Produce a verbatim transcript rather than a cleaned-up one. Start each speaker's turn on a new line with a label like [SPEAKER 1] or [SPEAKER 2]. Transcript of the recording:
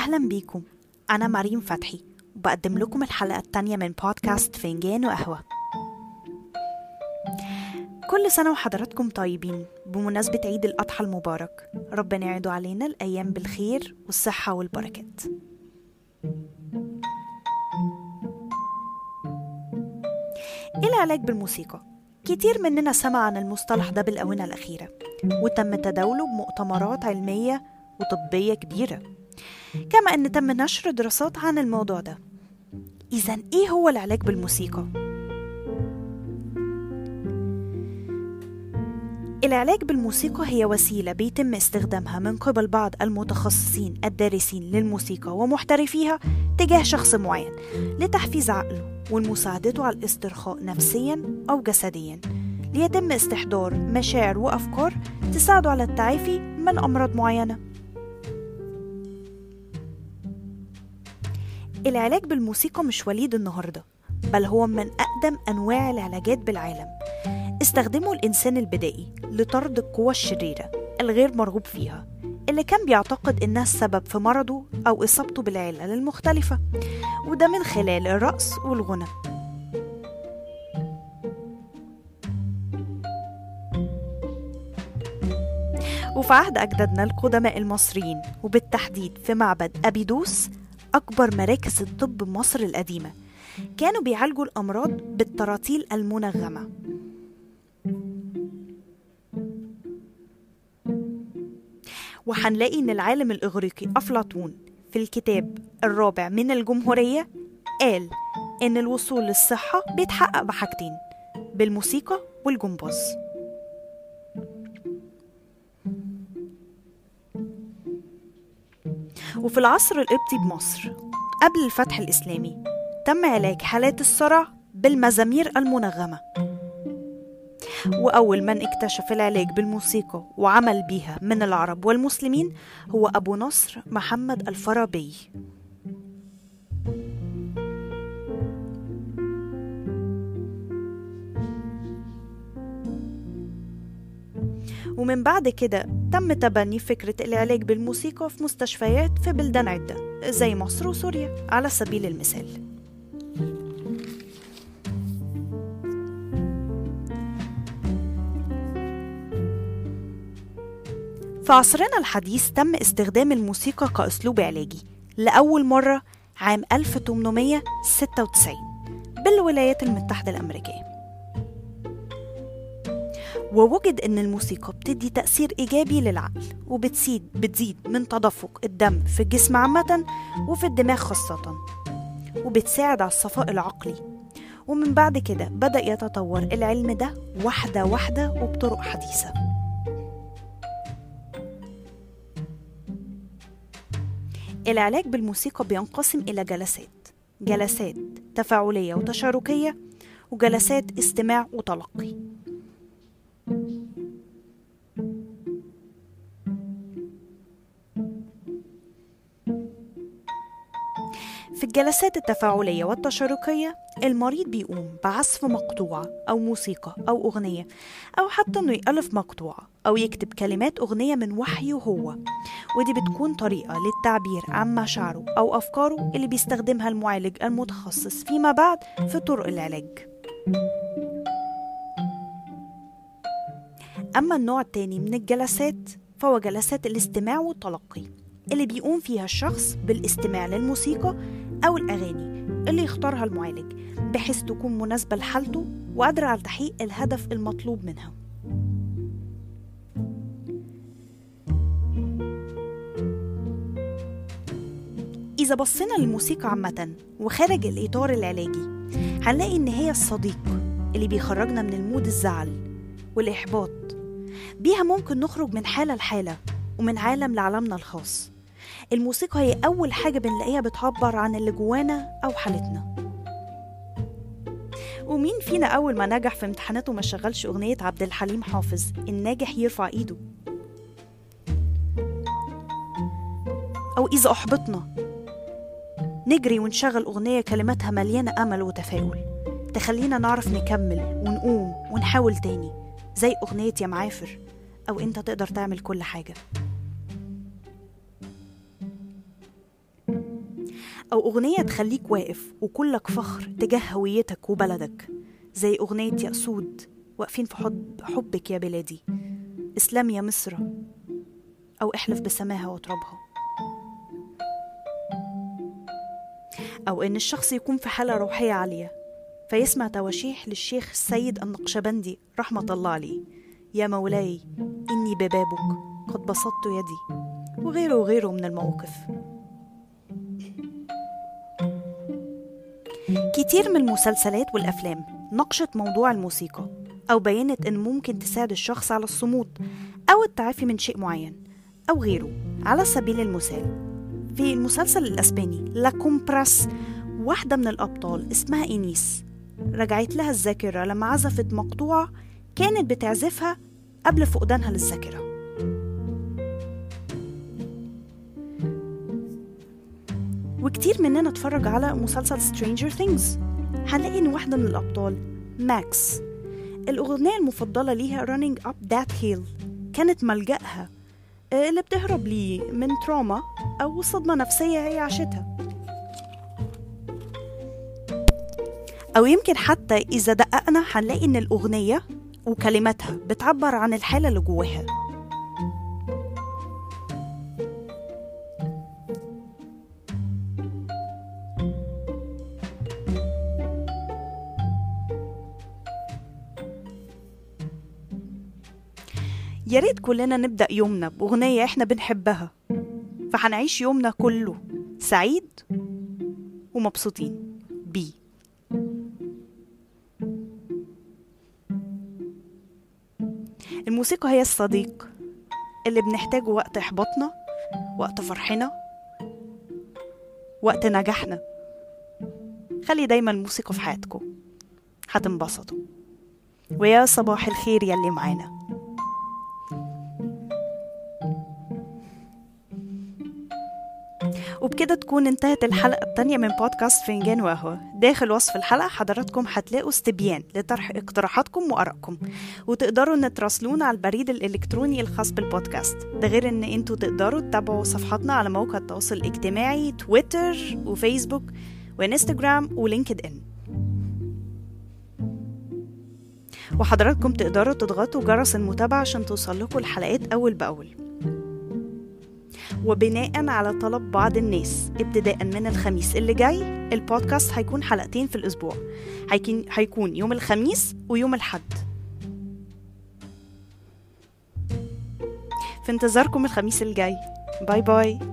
[SPEAKER 1] أهلا بيكم. أنا مريم فتحي وبقدم لكم الحلقة الثانية من بودكاست فنجان وقهوة. كل سنة وحضراتكم طيبين بمناسبة عيد الأضحى المبارك. ربنا يعيدوا علينا الأيام بالخير والصحة والبركات. إيه العلاج بالموسيقى؟ كتير مننا سمع عن المصطلح ده بالآونة الأخيرة، وتم تداوله بمؤتمرات علمية وطبية كبيرة، كما أن تم نشر دراسات عن الموضوع ده. إذن إيه هو العلاج بالموسيقى؟ العلاج بالموسيقى هي وسيلة بيتم استخدامها من قبل بعض المتخصصين الدارسين للموسيقى ومحترفيها تجاه شخص معين لتحفيز عقله ومساعدته على الاسترخاء نفسيا أو جسديا، ليتم استحضار مشاعر وأفكار تساعده على التعافي من أمراض معينة. العلاج بالموسيقى مش وليد النهاردة، بل هو من أقدم أنواع العلاجات بالعالم. استخدمه الإنسان البدائي لطرد القوى الشريرة الغير مرغوب فيها اللي كان بيعتقد إنها السبب في مرضه أو إصابته بالعلل المختلفة، وده من خلال الرقص والغنى. وفي عهد أجدادنا القدماء المصريين، وبالتحديد في معبد أبيدوس أكبر مراكز الطب مصر القديمة، كانوا بيعالجوا الأمراض بالتراتيل المنغمة. وحنلاقي إن العالم الإغريقي أفلاطون في الكتاب الرابع من الجمهورية قال إن الوصول للصحة بيتحقق بحاجتين: بالموسيقى والجمباز. وفي العصر القبطي بمصر قبل الفتح الإسلامي تم علاج حالات الصرع بالمزامير المنغمة. وأول من اكتشف العلاج بالموسيقى وعمل بيها من العرب والمسلمين هو أبو نصر محمد الفارابي. ومن بعد كده تم تبني فكرة العلاج بالموسيقى في مستشفيات في بلدان عدة زي مصر وسوريا على سبيل المثال. في عصرنا الحديث تم استخدام الموسيقى كأسلوب علاجي لأول مرة عام ألف وثمانمائة وستة وتسعين بالولايات المتحدة الأمريكية. ووجد أن الموسيقى بتدي تأثير إيجابي للعقل، وبتزيد بتزيد من تدفق الدم في الجسم عامة وفي الدماغ خاصة، وبتساعد على الصفاء العقلي. ومن بعد كده بدأ يتطور العلم ده واحدة واحدة وبطرق حديثة. العلاج بالموسيقى بينقسم إلى جلسات جلسات تفاعلية وتشاركية، وجلسات استماع وتلقي. في الجلسات التفاعلية والتشاركية المريض بيقوم بعزف مقطوعة أو موسيقى أو أغنية، أو حتى إنه يألف مقطوعة أو يكتب كلمات أغنية من وحيه هو، ودي بتكون طريقة للتعبير عن مشاعره أو أفكاره اللي بيستخدمها المعالج المتخصص فيما بعد في طرق العلاج. أما النوع التاني من الجلسات فهو جلسات الاستماع والتلقي، اللي بيقوم فيها الشخص بالاستماع للموسيقى أو الأغاني اللي يختارها المعالج بحيث تكون مناسبة لحالته وقادرة على تحقيق الهدف المطلوب منها. إذا بصينا للموسيقى عامة وخارج الإطار العلاجي، هنلاقي إن هي الصديق اللي بيخرجنا من المود الزعل والإحباط. بيها ممكن نخرج من حالة لحالة ومن عالم لعالمنا الخاص. الموسيقى هي أول حاجة بنلاقيها بتعبر عن اللي جوانا أو حالتنا. ومين فينا أول ما نجح في امتحاناته ما شغلش أغنية عبد الحليم حافظ الناجح يرفع إيده؟ أو إذا أحبطنا نجري ونشغل أغنية كلماتها مليانة أمل وتفاؤل تخلينا نعرف نكمل ونقوم ونحاول تاني، زي أغنية يا معافر أو أنت تقدر تعمل كل حاجة. أو أغنية تخليك واقف وكلك فخر تجاه هويتك وبلدك، زي أغنية يا أسود واقفين في حب حبك يا بلادي، إسلام يا مصر، أو احلف بسماها وترابها. أو إن الشخص يكون في حالة روحية عالية فيسمع تواشيح للشيخ السيد النقشبندي رحمة الله عليه، يا مولاي إني ببابك قد بسطت يدي، وغيره وغيره من المواقف. كتير من المسلسلات والأفلام ناقشت موضوع الموسيقى أو بينت إن ممكن تساعد الشخص على الصمود أو التعافي من شيء معين أو غيره. على سبيل المثال في المسلسل الأسباني لا كومبراس، واحدة من الأبطال اسمها إينيس رجعت لها الذاكرة لما عزفت مقطوعة كانت بتعزفها قبل فقدانها للذاكرة. وكتير مننا اتفرج على مسلسل Stranger Things، هنلاقي إن واحدة من الأبطال ماكس الأغنية المفضلة ليها Running Up That Hill كانت ملجأها اللي بتهرب ليه من تروما أو صدمة نفسية هي عاشتها. أو يمكن حتى إذا دققنا هنلاقي إن الأغنية وكلماتها بتعبر عن الحالة اللي جواها. يا ريت كلنا نبدأ يومنا بأغنية إحنا بنحبها، فهنعيش يومنا كله سعيد ومبسوطين بيه. الموسيقى هي الصديق اللي بنحتاجه وقت إحباطنا، وقت فرحنا، وقت نجاحنا. خلي دايما الموسيقى في حياتكم، هتنبسطوا. ويا صباح الخير يلي معانا. وبكده تكون انتهت الحلقة التانية من بودكاست فنجان وقهوة. داخل وصف الحلقة حضراتكم هتلاقوا استبيان لطرح اقتراحاتكم وآرائكم، وتقدروا ان تراسلونا على البريد الإلكتروني الخاص بالبودكاست ده، غير ان انتوا تقدروا تتابعوا صفحاتنا على موقع التواصل الاجتماعي تويتر وفيسبوك وانستجرام ولينكد ان. وحضراتكم تقدروا تضغطوا جرس المتابعة عشان توصل لكم الحلقات أول بأول. وبناء على طلب بعض الناس ابتداء من الخميس اللي جاي البودكاست هيكون حلقتين في الأسبوع، هيكون يوم الخميس ويوم الحد. في انتظاركم الخميس الجاي. باي باي.